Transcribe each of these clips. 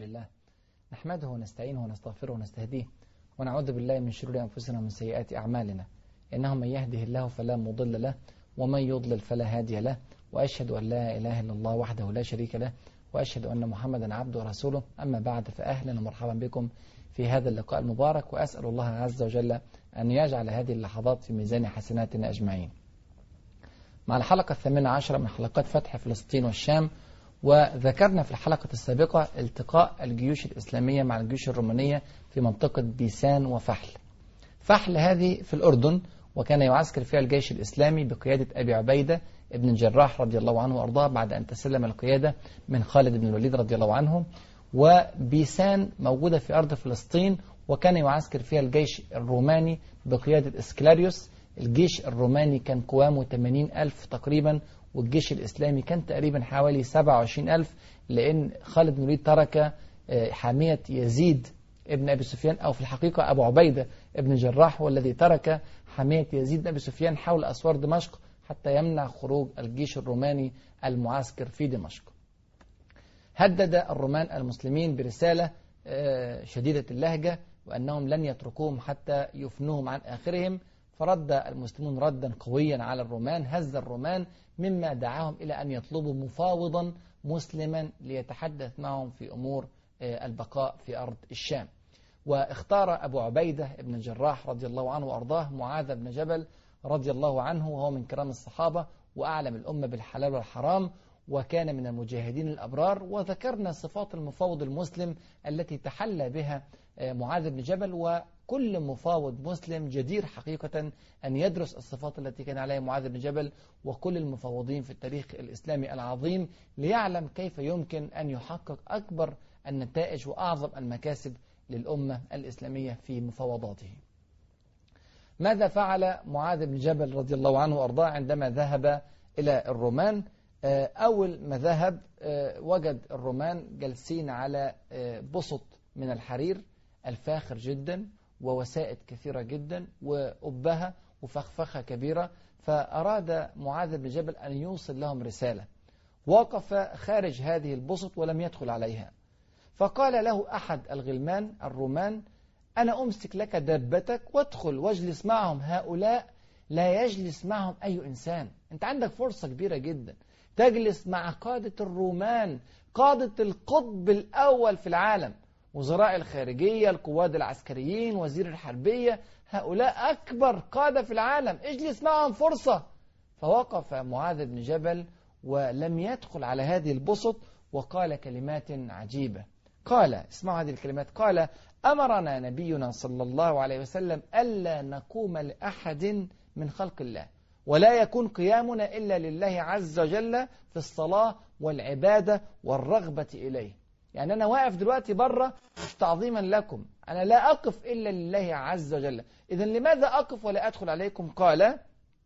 لله نحمده ونستعينه ونستغفره ونستهديه ونعوذ بالله من شرور أنفسنا ومن سيئات أعمالنا، إنه من يهده الله فلا مضل له ومن يضلل فلا هادي له، وأشهد أن لا إله إلا الله وحده لا شريك له، وأشهد أن محمدا عبده ورسوله. أما بعد، فأهلا ومرحبا بكم في هذا اللقاء المبارك، وأسأل الله عز وجل أن يجعل هذه اللحظات في ميزان حسناتنا أجمعين. مع الحلقة 18 من حلقات فتح فلسطين والشام، وذكرنا في الحلقة السابقة التقاء الجيوش الإسلامية مع الجيوش الرومانية في منطقة بيسان وفحل. فحل هذه في الأردن، وكان يعسكر فيها الجيش الإسلامي بقيادة أبي عبيدة ابن الجراح رضي الله عنه وأرضاه بعد أن تسلم القيادة من خالد بن الوليد رضي الله عنه. وبيسان موجودة في أرض فلسطين، وكان يعسكر فيها الجيش الروماني بقيادة إسكلاريوس. الجيش الروماني كان قوامه 80,000 تقريبا، والجيش الإسلامي كان تقريبا حوالي 27,000، لأن خالد بن الوليد ترك حامية يزيد ابن أبي سفيان، أو في الحقيقة أبو عبيدة ابن الجراح هو الذي ترك حامية يزيد بن أبي سفيان حول أسوار دمشق حتى يمنع خروج الجيش الروماني المعسكر في دمشق. هدد الرومان المسلمين برسالة شديدة اللهجة وأنهم لن يتركوهم حتى يفنوهم عن آخرهم، فرد المسلمون ردا قويا على الرومان، هز الرومان، مما دعاهم إلى أن يطلبوا مفاوضا مسلما ليتحدث معهم في أمور البقاء في أرض الشام. واختار أبو عبيدة ابن الجراح رضي الله عنه وأرضاه معاذ بن جبل رضي الله عنه، وهو من كرام الصحابة وأعلم الأمة بالحلال والحرام، وكان من المجاهدين الأبرار. وذكرنا صفات المفاوض المسلم التي تحلى بها معاذ بن جبل، وكل مفاوض مسلم جدير حقيقة أن يدرس الصفات التي كان عليها معاذ بن جبل وكل المفاوضين في التاريخ الإسلامي العظيم، ليعلم كيف يمكن أن يحقق أكبر النتائج وأعظم المكاسب للأمة الإسلامية في مفاوضاته. ماذا فعل معاذ بن جبل رضي الله عنه وأرضاه عندما ذهب إلى الرومان؟ أول ما ذهب وجد الرومان جالسين على بسط من الحرير الفاخر جدا، ووسائد كثيرة جدا، وأبهة وفخفخة كبيرة. فأراد معاذ بن جبل أن يوصل لهم رسالة، وقف خارج هذه البسط ولم يدخل عليها. فقال له أحد الغلمان الرومان: أنا أمسك لك دابتك وادخل واجلس معهم، هؤلاء لا يجلس معهم أي إنسان. أنت عندك فرصة كبيرة جدا تجلس مع قادة الرومان، قادة القطب الأول في العالم، وزراء الخارجية، القواد العسكريين، وزير الحربية، هؤلاء أكبر قادة في العالم، اجلس معهم فرصة. فوقف معاذ بن جبل ولم يدخل على هذه البسط، وقال كلمات عجيبة. قال، اسمعوا هذه الكلمات، قال: أمرنا نبينا صلى الله عليه وسلم ألا نقوم لأحد من خلق الله، ولا يكون قيامنا إلا لله عز وجل في الصلاة والعبادة والرغبة إليه. يعني أنا واقف دلوقتي بره مش تعظيما لكم، أنا لا أقف إلا لله عز وجل، إذن لماذا أقف ولا أدخل عليكم؟ قال: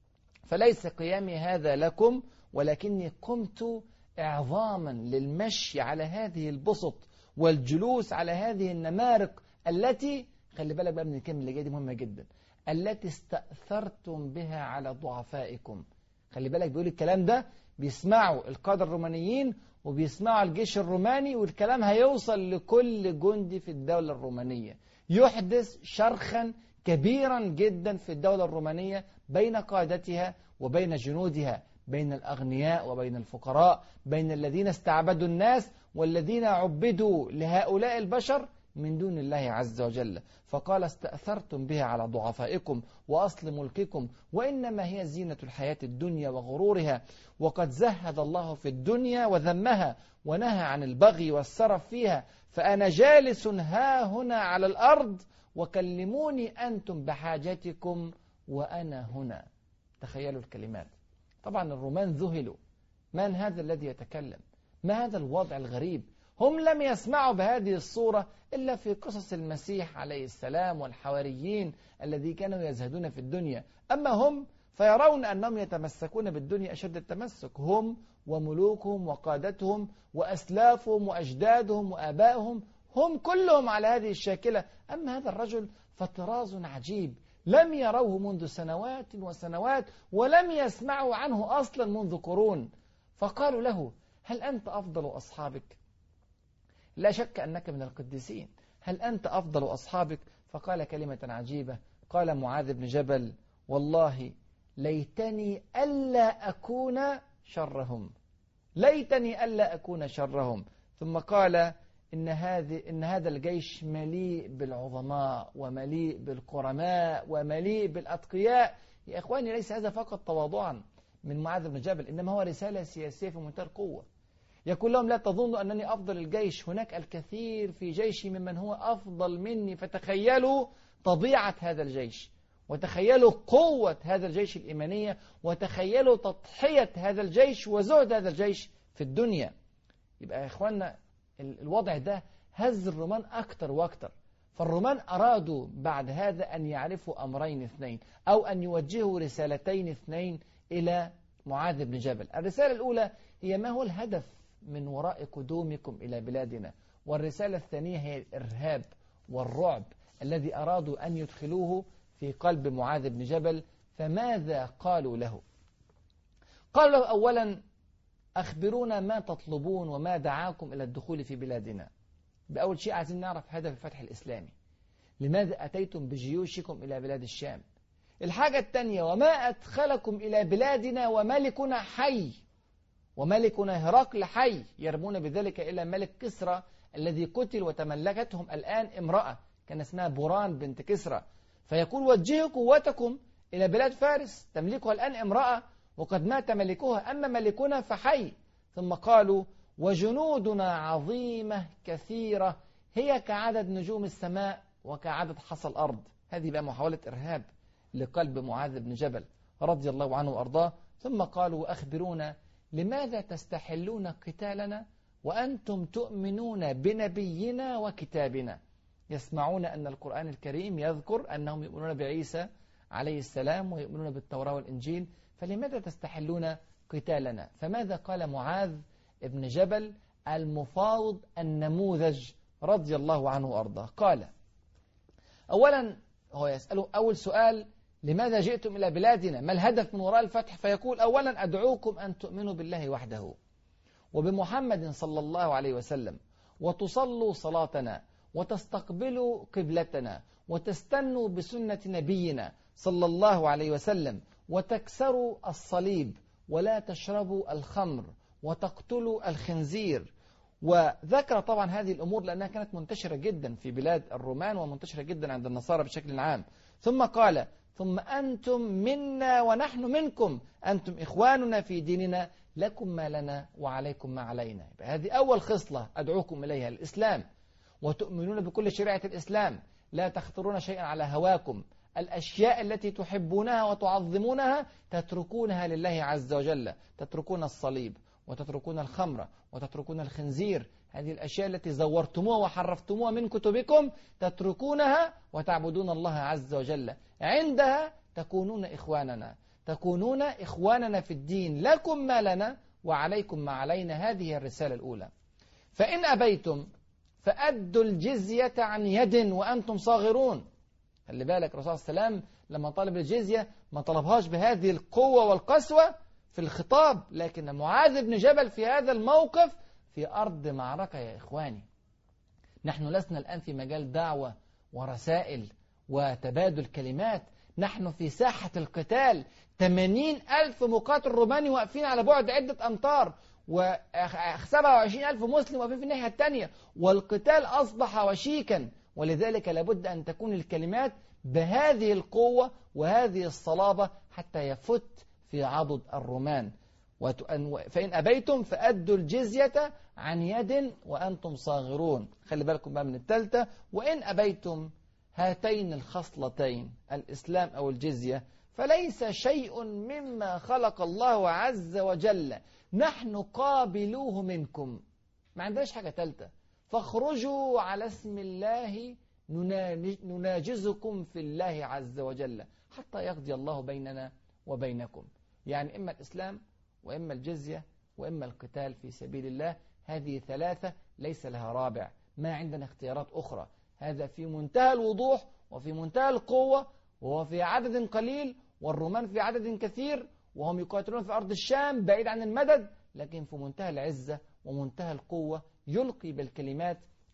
فليس قيامي هذا لكم، ولكني قمت إعظاما للمشي على هذه البسط والجلوس على هذه النمارق التي، خلي بالك بقى من الكلمة اللي جاية دي مهمة جدا، التي استأثرتم بها على ضعفائكم. خلي بالك بيقول الكلام ده بيسمعوا القادة الرومانيين وبيسمعوا الجيش الروماني، والكلام هيوصل لكل جندي في الدولة الرومانية، يحدث شرخا كبيرا جدا في الدولة الرومانية بين قادتها وبين جنودها، بين الأغنياء وبين الفقراء، بين الذين استعبدوا الناس والذين عبدوا لهؤلاء البشر من دون الله عز وجل. فقال: استأثرتم بها على ضعفائكم وأصل ملككم، وإنما هي زينة الحياة الدنيا وغرورها، وقد زهد الله في الدنيا وذمها ونهى عن البغي والسرف فيها، فأنا جالس ها هنا على الأرض، وكلموني أنتم بحاجتكم وأنا هنا. تخيلوا الكلمات. طبعا الرومان ذهلوا، من هذا الذي يتكلم؟ ما هذا الوضع الغريب؟ هم لم يسمعوا بهذه الصورة إلا في قصص المسيح عليه السلام والحواريين الذي كانوا يزهدون في الدنيا، أما هم فيرون أنهم يتمسكون بالدنيا أشد التمسك، هم وملوكهم وقادتهم وأسلافهم وأجدادهم وآبائهم، هم كلهم على هذه الشاكلة. أما هذا الرجل فطراز عجيب، لم يروه منذ سنوات وسنوات، ولم يسمعوا عنه أصلا منذ قرون. فقالوا له: هل أنت أفضل أصحابك؟ لا شك أنك من القديسين، هل أنت أفضل أصحابك؟ فقال كلمة عجيبة، قال معاذ بن جبل: والله ليتني ألا أكون شرهم، ليتني ألا أكون شرهم. ثم قال: إن هذا الجيش مليء بالعظماء ومليء بالكرماء ومليء بالأتقياء. يا إخواني، ليس هذا فقط تواضعا من معاذ بن جبل، إنما هو رسالة سياسية في منتهى القوة. يقول لهم: لا تظنوا أنني أفضل الجيش، هناك الكثير في جيشي ممن هو أفضل مني. فتخيلوا طبيعة هذا الجيش، وتخيلوا قوة هذا الجيش الإيمانية، وتخيلوا تضحية هذا الجيش وزهد هذا الجيش في الدنيا. يبقى يا إخواننا الوضع ده هز الرومان أكتر وأكتر. فالرومان أرادوا بعد هذا أن يعرفوا أمرين اثنين، أو أن يوجهوا رسالتين اثنين إلى معاذ بن جبل. الرسالة الأولى هي: ما هو الهدف من وراء قدومكم إلى بلادنا؟ والرسالة الثانية هي الإرهاب والرعب الذي أرادوا أن يدخلوه في قلب معاذ بن جبل. فماذا قالوا له؟ قالوا له: أولا أخبرونا ما تطلبون وما دعاكم إلى الدخول في بلادنا. بأول شيء عايزين نعرف هدف الفتح الإسلامي، لماذا أتيتم بجيوشكم إلى بلاد الشام؟ الحاجة الثانية: وما أدخلكم إلى بلادنا وملكنا حي، وملكنا هرقل حي، يرمون بذلك إلى ملك كسرى الذي قتل، وتملكتهم الآن امرأة كان اسمها بوران بنت كسرى. فيقول: وجهوا قوتكم إلى بلاد فارس، تملكها الآن امرأة وقد مات ملكها، أما ملكنا فحي. ثم قالوا: وجنودنا عظيمة كثيرة، هي كعدد نجوم السماء وكعدد حصى الأرض. هذه بقى محاولة إرهاب لقلب معاذ بن جبل رضي الله عنه وأرضاه. ثم قالوا: أخبرونا لماذا تستحلون قتالنا وأنتم تؤمنون بنبينا وكتابنا؟ يسمعون أن القرآن الكريم يذكر أنهم يؤمنون بعيسى عليه السلام ويؤمنون بالتوراة والإنجيل، فلماذا تستحلون قتالنا؟ فماذا قال معاذ ابن جبل المفاوض النموذج رضي الله عنه وأرضاه؟ قال: أولا هو يسأله أول سؤال: لماذا جئتم إلى بلادنا؟ ما الهدف من وراء الفتح؟ فيقول: أولا أدعوكم أن تؤمنوا بالله وحده وبمحمد صلى الله عليه وسلم، وتصلوا صلاتنا، وتستقبلوا قبلتنا، وتستنوا بسنة نبينا صلى الله عليه وسلم، وتكسروا الصليب، ولا تشربوا الخمر، وتقتلوا الخنزير. وذكر طبعا هذه الأمور لأنها كانت منتشرة جدا في بلاد الرومان ومنتشرة جدا عند النصارى بشكل عام. ثم قال: ثم أنتم منا ونحن منكم، أنتم إخواننا في ديننا، لكم ما لنا وعليكم ما علينا. هذه أول خصلة أدعوكم إليها، الإسلام، وتؤمنون بكل شريعة الإسلام، لا تختارون شيئا على هواكم، الأشياء التي تحبونها وتعظمونها تتركونها لله عز وجل، تتركون الصليب وتتركون الخمر وتتركون الخنزير، هذه الأشياء التي زورتموها وحرفتموها من كتبكم تتركونها وتعبدون الله عز وجل. عندها تكونون إخواننا، تكونون إخواننا في الدين، لكم ما لنا وعليكم ما علينا. هذه الرسالة الأولى. فإن أبيتم فأدوا الجزية عن يد وأنتم صاغرون. خلي بالك الرسول صلى الله عليه وسلم لما طلب الجزية ما طلبهاش بهذه القوة والقسوة في الخطاب، لكن معاذ بن جبل في هذا الموقف في أرض معركة. يا إخواني، نحن لسنا الآن في مجال دعوة ورسائل وتبادل كلمات، نحن في ساحة القتال. 80,000 مقاتل روماني واقفين على بعد عدة أمتار، و27,000 مسلم واقفين في الناحية الثانية، والقتال أصبح وشيكا. ولذلك لابد أن تكون الكلمات بهذه القوة وهذه الصلابة حتى يفت في عضد الرومان. فإن أبيتم فأدوا الجزية عن يد وأنتم صاغرون. خلي بالكم بقى من الثالثة: وإن أبيتم هاتين الخصلتين، الإسلام أو الجزية، فليس شيء مما خلق الله عز وجل نحن قابلوه منكم. ما عندناش حاجة ثالثة. فاخرجوا على اسم الله نناجزكم في الله عز وجل حتى يقضي الله بيننا وبينكم. يعني إما الإسلام وإما الجزية وإما القتال في سبيل الله. هذه ثلاثة ليس لها رابع، ما عندنا اختيارات أخرى. هذا في منتهى الوضوح وفي منتهى القوة، وهو في عدد قليل والرومان في عدد كثير، وهم يقاتلون في أرض الشام بعيد عن المدد، لكن في منتهى العزة ومنتهى القوة، يلقي بالكلمات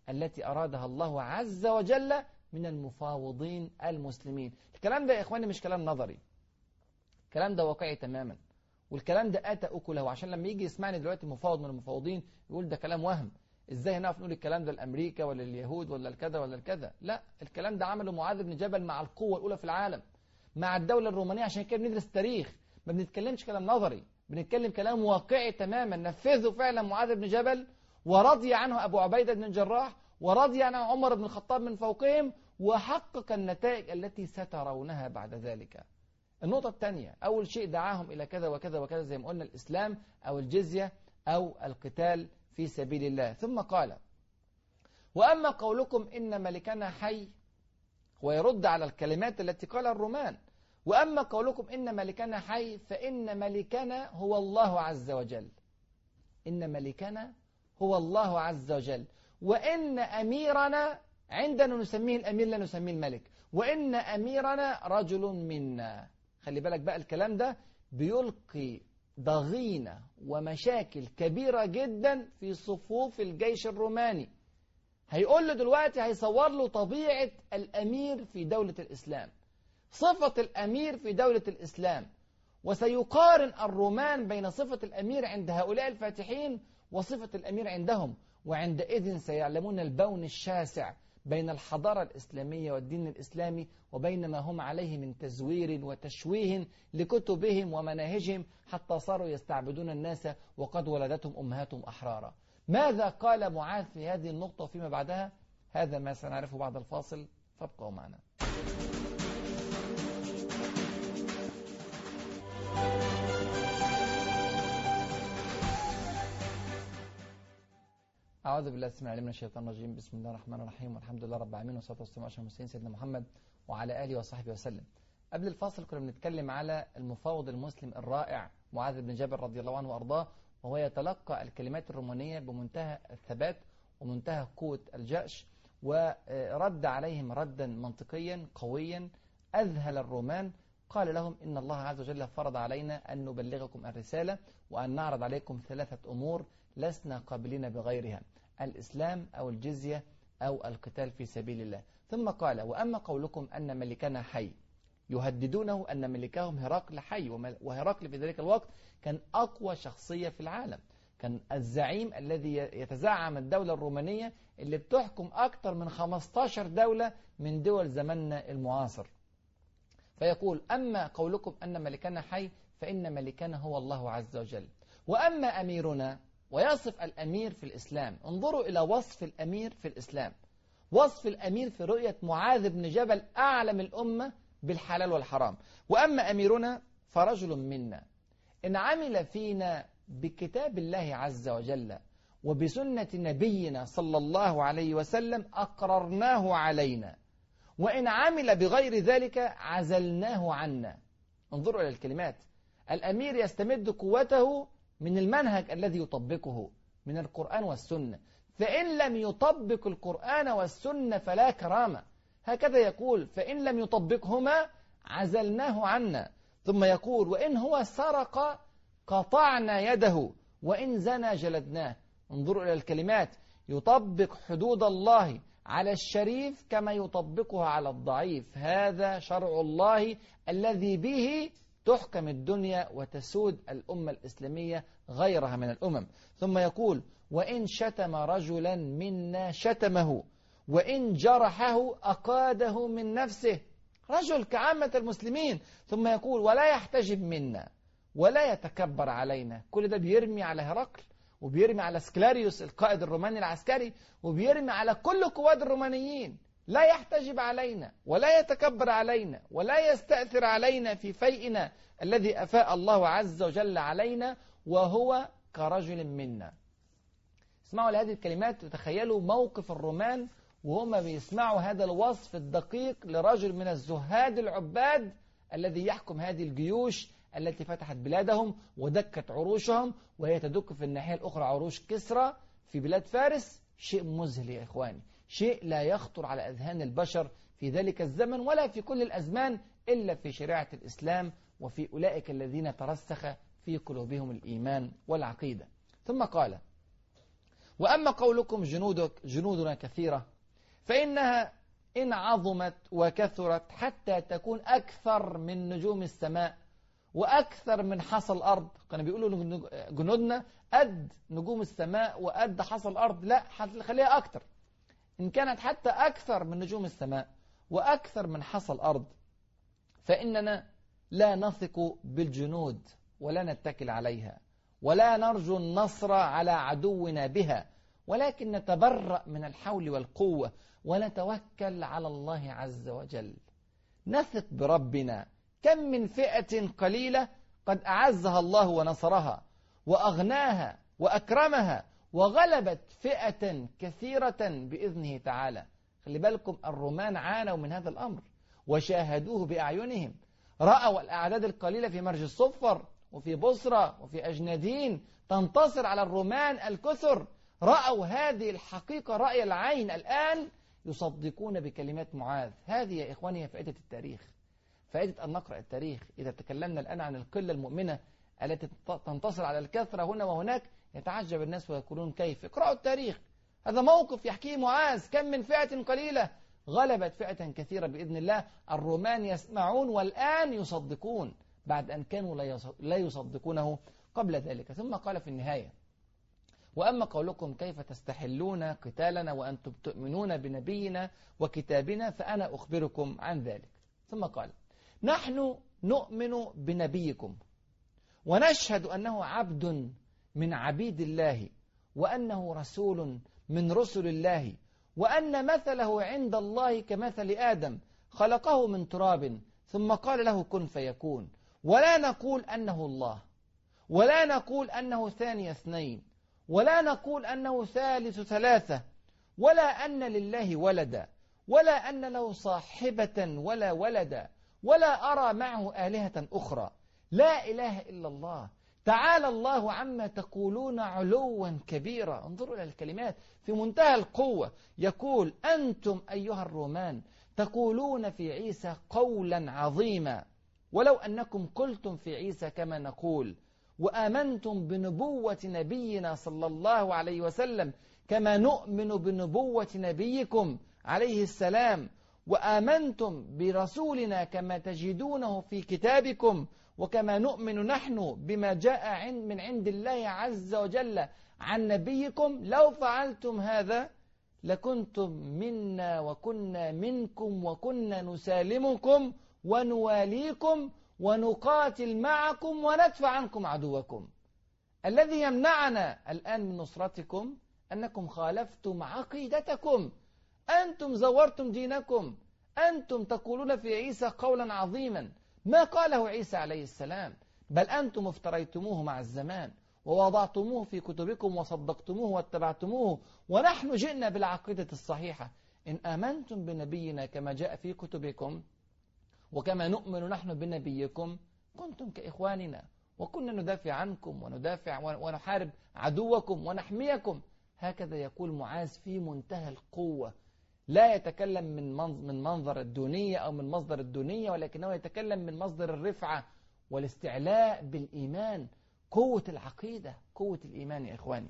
التي أرادها الله عز وجل من المفاوضين المسلمين. الكلام ده يا إخواني مش كلام نظري، الكلام ده واقعي تماما، والكلام ده أتى أكله. عشان لما يجي يسمعني دلوقتي مفاوض من المفاوضين يقول ده كلام وهم، إزاي هنعرف نقول الكلام ده لأمريكا ولا اليهود ولا الكذا ولا الكذا؟ لا، الكلام ده عمله معاذ بن جبل مع القوة الأولى في العالم، مع الدولة الرومانية. عشان كده بندرس تاريخ، ما بنتكلمش كلام نظري، بنتكلم كلام واقعي تماما. نفذه فعلا معاذ بن جبل، ورضي عنه أبو عبيدة بن الجراح، ورضي عنه عمر بن الخطاب من فوقهم، وحقق النتائج التي سترونها بعد ذلك. النقطة الثانية، أول شيء دعاهم إلى كذا وكذا وكذا زي ما قلنا، الإسلام أو الجزية أو القتال في سبيل الله. ثم قال: وأما قولكم إن ملكنا حي، ويرد على الكلمات التي قالها الرومان. وأما قولكم إن ملكنا حي فإن ملكنا هو الله عز وجل. إن ملكنا هو الله عز وجل، وإن أميرنا عندنا نسميه الأمير لا نسميه الملك، وإن أميرنا رجل منا. خلي بالك بقى، الكلام ده بيلقي ضغينة ومشاكل كبيرة جدا في صفوف الجيش الروماني. هيقول له دلوقتي، هيصور له طبيعة الأمير في دولة الإسلام، صفة الأمير في دولة الإسلام، وسيقارن الرومان بين صفة الأمير عند هؤلاء الفاتحين وصفة الأمير عندهم. وعندئذ سيعلمون البون الشاسع بين الحضارة الإسلامية والدين الإسلامي وبين ما هم عليه من تزوير وتشويه لكتبهم ومناهجهم، حتى صاروا يستعبدون الناس وقد ولدتهم أمهاتهم أحرارا. ماذا قال معاذ في هذه النقطة وفيما بعدها؟ هذا ما سنعرفه بعد الفاصل، فابقوا معنا. أعوذ بالله السميع العليم من الشيطان الرجيم. بسم الله الرحمن الرحيم، والحمد لله رب العالمين، والصلاة والسلام على أشرف المرسلين سيدنا محمد وعلى آله وصحبه وسلم. قبل الفاصل كنا بنتكلم على المفاوض المسلم الرائع معاذ بن جبل رضي الله عنه وأرضاه، وهو يتلقى الكلمات الرومانية بمنتهى الثبات ومنتهى قوة الجأش، ورد عليهم ردا منطقيا قويا أذهل الرومان. قال لهم: إن الله عز وجل فرض علينا أن نبلغكم الرسالة وأن نعرض عليكم 3 أمور لسنا قابلين بغيرها: الإسلام أو الجزية أو القتال في سبيل الله. ثم قال: وأما قولكم أن ملكنا حي، يهددونه أن ملكهم هرقل حي، وهرقل في ذلك الوقت كان أقوى شخصية في العالم، كان الزعيم الذي يتزعم الدولة الرومانية اللي بتحكم أكثر من 15 دولة من دول زماننا المعاصر. فيقول: أما قولكم أن ملكنا حي فإن ملكنا هو الله عز وجل، وأما أميرنا. ويصف الأمير في الإسلام. انظروا إلى وصف الأمير في الإسلام، وصف الأمير في رؤية معاذ بن جبل أعلم الأمة بالحلال والحرام. وأما أميرنا فرجل منا إن عمل فينا بكتاب الله عز وجل وبسنة نبينا صلى الله عليه وسلم أقررناه علينا، وإن عمل بغير ذلك عزلناه عنا. انظروا إلى الكلمات. الأمير يستمد قوته من المنهج الذي يطبقه من القرآن والسنة، فإن لم يطبق القرآن والسنة فلا كرامة. هكذا يقول: فإن لم يطبقهما عزلناه عنا. ثم يقول: وإن هو سرق قطعنا يده، وإن زنى جلدناه. انظروا إلى الكلمات. يطبق حدود الله على الشريف كما يطبقها على الضعيف. هذا شرع الله الذي به تحكم الدنيا وتسود الأمة الإسلامية غيرها من الأمم. ثم يقول: وإن شتم رجلا منا شتمه، وإن جرحه أقاده من نفسه. رجل كعامة المسلمين. ثم يقول: ولا يحتجب منا ولا يتكبر علينا. كل ده بيرمي على هرقل، وبيرمي على سكلاريوس القائد الروماني العسكري، وبيرمي على كل قواد الرومانيين. لا يحتجب علينا ولا يتكبر علينا ولا يستأثر علينا في فيئنا الذي أفاء الله عز وجل علينا، وهو كرجل منا. اسمعوا لهذه الكلمات وتخيلوا موقف الرومان وهم بيسمعوا هذا الوصف الدقيق لرجل من الزهاد العباد الذي يحكم هذه الجيوش التي فتحت بلادهم ودكت عروشهم، وهي تدك في الناحية الأخرى عروش كسرى في بلاد فارس. شيء مذهل يا إخواني، شيء لا يخطر على أذهان البشر في ذلك الزمن ولا في كل الأزمان إلا في شريعة الإسلام وفي أولئك الذين ترسخ في قلوبهم الإيمان والعقيدة. ثم قال: وأما قولكم جنودنا كثيرة، فإنها إن عظمت وكثرت حتى تكون أكثر من نجوم السماء وأكثر من حصى الأرض. كانوا بيقولوا جنودنا قد نجوم السماء وقد حصى الأرض، لا خليها أكثر. إن كانت حتى أكثر من نجوم السماء وأكثر من حصى الأرض، فإننا لا نثق بالجنود ولا نتكل عليها ولا نرجو النصر على عدونا بها، ولكن نتبرأ من الحول والقوة ونتوكل على الله عز وجل. نثق بربنا. كم من فئة قليلة قد أعزها الله ونصرها وأغناها وأكرمها وغلبت فئة كثيرة بإذنه تعالى. خلي بالكم، الرومان عانوا من هذا الأمر وشاهدوه بأعينهم، رأوا الأعداد القليلة في مرج الصفر وفي بصرة وفي أجنادين تنتصر على الرومان الكثر، رأوا هذه الحقيقة رأي العين. الآن يصدقون بكلمات معاذ. هذه يا إخواني هي فائدة التاريخ، فائدة أن نقرأ التاريخ. إذا تكلمنا الآن عن القلة المؤمنة التي تنتصر على الكثرة هنا وهناك، يتعجب الناس ويقولون كيف؟ اقرأوا التاريخ. هذا موقف يحكيه معاذ. كم من فئة قليلة غلبت فئة كثيرة بإذن الله. الرومان يسمعون والآن يصدقون بعد أن كانوا لا يصدقونه قبل ذلك. ثم قال في النهاية: وأما قولكم كيف تستحلون قتالنا وأنتم تؤمنون بنبينا وكتابنا، فأنا أخبركم عن ذلك. ثم قال: نحن نؤمن بنبيكم ونشهد أنه عبد من عبيد الله وأنه رسول من رسل الله، وأن مثله عند الله كمثل آدم، خلقه من تراب ثم قال له كن فيكون. ولا نقول أنه الله، ولا نقول أنه ثاني اثنين، ولا نقول أنه ثالث ثلاثة، ولا أن لله ولدا، ولا أن له صاحبة ولا ولدا، ولا أرى معه آلهة أخرى. لا إله إلا الله، تعالى الله عما تقولون علوا كبيرا. انظروا إلى الكلمات في منتهى القوة. يقول: أنتم أيها الرومان تقولون في عيسى قولا عظيما، ولو أنكم قلتم في عيسى كما نقول وآمنتم بنبوة نبينا صلى الله عليه وسلم كما نؤمن بنبوة نبيكم عليه السلام، وآمنتم برسولنا كما تجدونه في كتابكم، وكما نؤمن نحن بما جاء من عند الله عز وجل عن نبيكم، لو فعلتم هذا لكنتم منا وكنا منكم وكنا نسالمكم ونواليكم ونقاتل معكم وندفع عنكم عدوكم. الذي يمنعنا الآن من نصرتكم أنكم خالفتم عقيدتكم، أنتم زورتم دينكم، أنتم تقولون في عيسى قولا عظيما ما قاله عيسى عليه السلام، بل أنتم افتريتموه مع الزمان ووضعتموه في كتبكم وصدقتموه واتبعتموه، ونحن جئنا بالعقيدة الصحيحة. إن آمنتم بنبينا كما جاء في كتبكم وكما نؤمن نحن بنبيكم كنتم كإخواننا، وكنا ندافع عنكم ونحارب عدوكم ونحميكم. هكذا يقول معاذ في منتهى القوة، لا يتكلم من منظر الدونية أو من مصدر الدونية، ولكنه يتكلم من مصدر الرفعة والاستعلاء بالإيمان. قوة العقيدة، قوة الإيمان يا إخواني.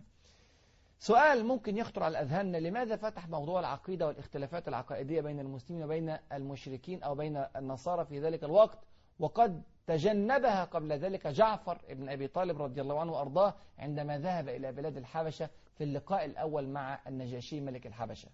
سؤال ممكن يخطر على أذهاننا: لماذا فتح موضوع العقيدة والاختلافات العقائدية بين المسلمين وبين المشركين أو بين النصارى في ذلك الوقت، وقد تجنبها قبل ذلك جعفر بن أبي طالب رضي الله عنه وأرضاه عندما ذهب إلى بلاد الحبشة في اللقاء الأول مع النجاشي ملك الحبشة؟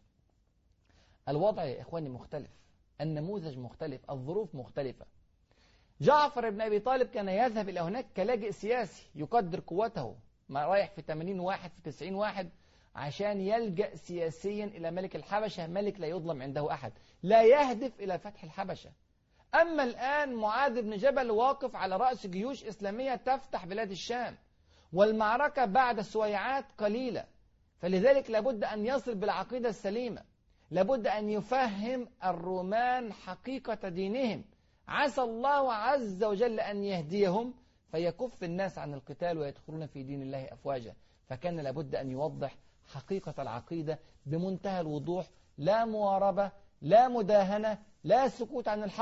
الوضع يا إخواني مختلف، النموذج مختلف، الظروف مختلفة. جعفر بن أبي طالب كان يذهب إلى هناك كلاجئ سياسي يقدر قوته، ما رايح في 80 واحد في 90 واحد عشان يلجأ سياسيا إلى ملك الحبشة، ملك لا يظلم عنده أحد، لا يهدف إلى فتح الحبشة. أما الآن معاذ بن جبل واقف على رأس جيوش إسلامية تفتح بلاد الشام، والمعركة بعد سويعات قليلة، فلذلك لابد أن يصل بالعقيدة السليمة، لابد أن يفهم الرومان حقيقة دينهم. عسى الله عز وجل أن يهديهم فيكف الناس عن القتال ويدخلون في دين الله أفواجا. فكان لابد أن يوضح حقيقة العقيدة بمنتهى الوضوح، لا مواربة، لا مداهنة، لا سكوت عن الحق،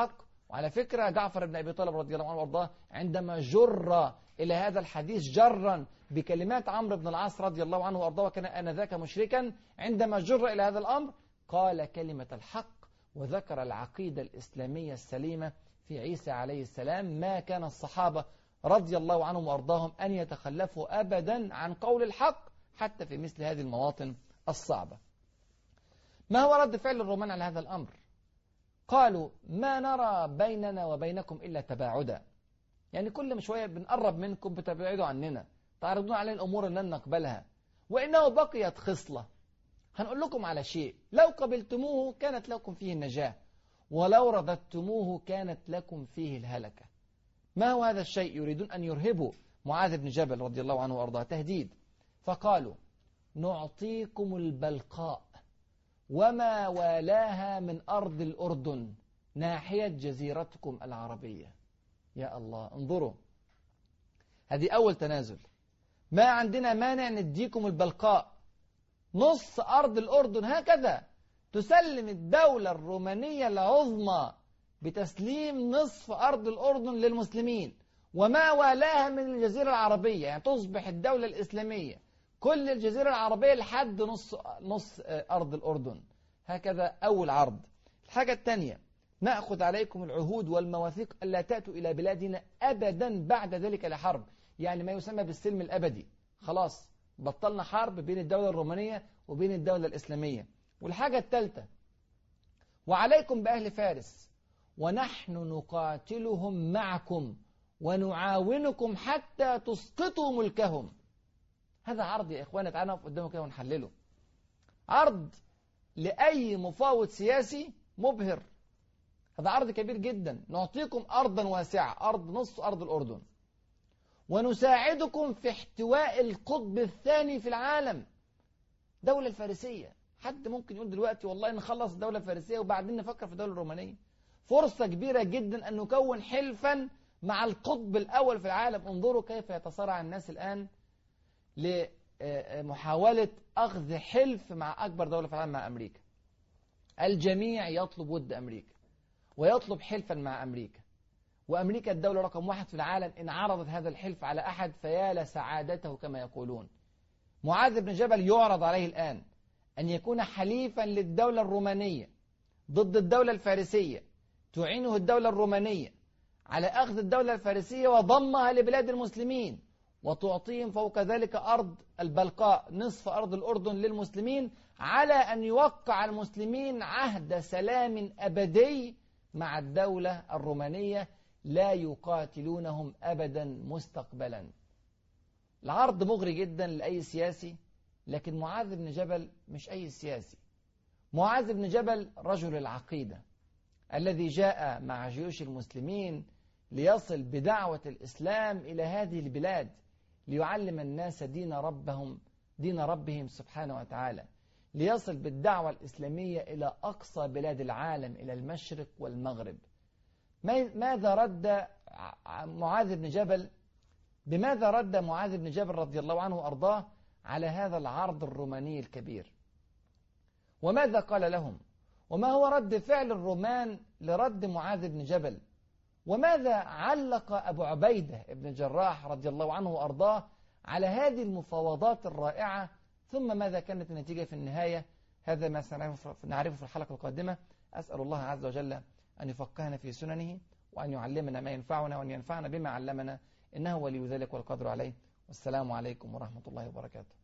وعلى فكرة جعفر بن أبي طالب رضي الله عنه وارضاه عندما جر إلى هذا الحديث جرا بكلمات عمرو بن العاص رضي الله عنه وارضاه وكان آنذاك مشركا، عندما جر إلى هذا الأمر قال كلمة الحق وذكر العقيدة الإسلامية السليمة في عيسى عليه السلام. ما كان الصحابة رضي الله عنهم وارضاهم أن يتخلفوا أبدا عن قول الحق حتى في مثل هذه المواطن الصعبة. ما هو رد فعل الرومان على هذا الأمر؟ قالوا ما نرى بيننا وبينكم إلا تباعدا، يعني كل شوية بنقرب منكم بتبعدوا عننا، تعرضون علينا الأمور لن نقبلها، وإنه بقيت خصلة هنقول لكم على شيء لو قبلتموه كانت لكم فيه النجاة ولو رددتموه كانت لكم فيه الهلكة. ما هو هذا الشيء؟ يريدون أن يرهبوا معاذ بن جبل رضي الله عنه وأرضاه، تهديد. فقالوا نعطيكم البلقاء وما والاها من أرض الأردن ناحية جزيرتكم العربية. يا الله، انظروا، هذه أول تنازل. ما عندنا مانع نديكم البلقاء، نص أرض الأردن، هكذا تسلم الدولة الرومانية العظمى بتسليم نصف أرض الأردن للمسلمين، وما والاها من الجزيرة العربية، يعني تصبح الدولة الإسلامية كل الجزيرة العربية لحد نص أرض الأردن. هكذا أول عرض. الحاجة الثانية، نأخذ عليكم العهود والمواثيق ألا تأتوا إلى بلادنا أبدا بعد ذلك لحرب، يعني ما يسمى بالسلم الأبدي، خلاص بطلنا حرب بين الدولة الرومانية وبين الدولة الإسلامية. والحاجة الثالثة، وعليكم بأهل فارس ونحن نقاتلهم معكم ونعاونكم حتى تسقطوا ملكهم. هذا عرض يا إخوانا، تعالوا نقف قدامه كده ونحلله. عرض لأي مفاوض سياسي مبهر، هذا عرض كبير جدا. نعطيكم أرضا واسعة، أرض نصف أرض الأردن، ونساعدكم في احتواء القطب الثاني في العالم، دولة الفارسية. حد ممكن يقول دلوقتي والله نخلص الدولة الفارسية وبعدين نفكر في الدولة الرومانية؟ فرصة كبيرة جدا أن نكون حلفا مع القطب الأول في العالم. انظروا كيف يتصارع الناس الآن لمحاولة أخذ حلف مع أكبر دولة في العالم، مع أمريكا. الجميع يطلب ود أمريكا ويطلب حلفا مع أمريكا، وأمريكا الدولة رقم 1 في العالم. إن عرضت هذا الحلف على أحد فيا لسعادته كما يقولون. معاذ بن جبل يعرض عليه الآن أن يكون حليفا للدولة الرومانية ضد الدولة الفارسية، تعينه الدولة الرومانية على أخذ الدولة الفارسية وضمها لبلاد المسلمين، وتعطيهم فوق ذلك أرض البلقاء، نصف أرض الأردن للمسلمين، على أن يوقع المسلمين عهد سلام أبدي مع الدولة الرومانية لا يقاتلونهم أبدا مستقبلا. العرض مغري جدا لأي سياسي، لكن معاذ بن جبل مش أي سياسي. معاذ بن جبل رجل العقيدة الذي جاء مع جيوش المسلمين ليصل بدعوة الإسلام إلى هذه البلاد، ليعلم الناس دين ربهم سبحانه وتعالى، ليصل بالدعوة الإسلامية إلى أقصى بلاد العالم، إلى المشرق والمغرب. ماذا رد معاذ بن جبل؟ بماذا رد معاذ بن جبل رضي الله عنه وأرضاه على هذا العرض الروماني الكبير؟ وماذا قال لهم؟ وما هو رد فعل الرومان لرد معاذ بن جبل؟ وماذا علق أبو عبيدة بن الجراح رضي الله عنه وأرضاه على هذه المفاوضات الرائعة؟ ثم ماذا كانت النتيجة في النهاية؟ هذا ما سنعرفه في الحلقة القادمة. أسأل الله عز وجل أن يفقهنا في سننه، وأن يعلمنا ما ينفعنا، وأن ينفعنا بما علمنا، إنه ولي ذلك والقدر عليه. والسلام عليكم ورحمة الله وبركاته.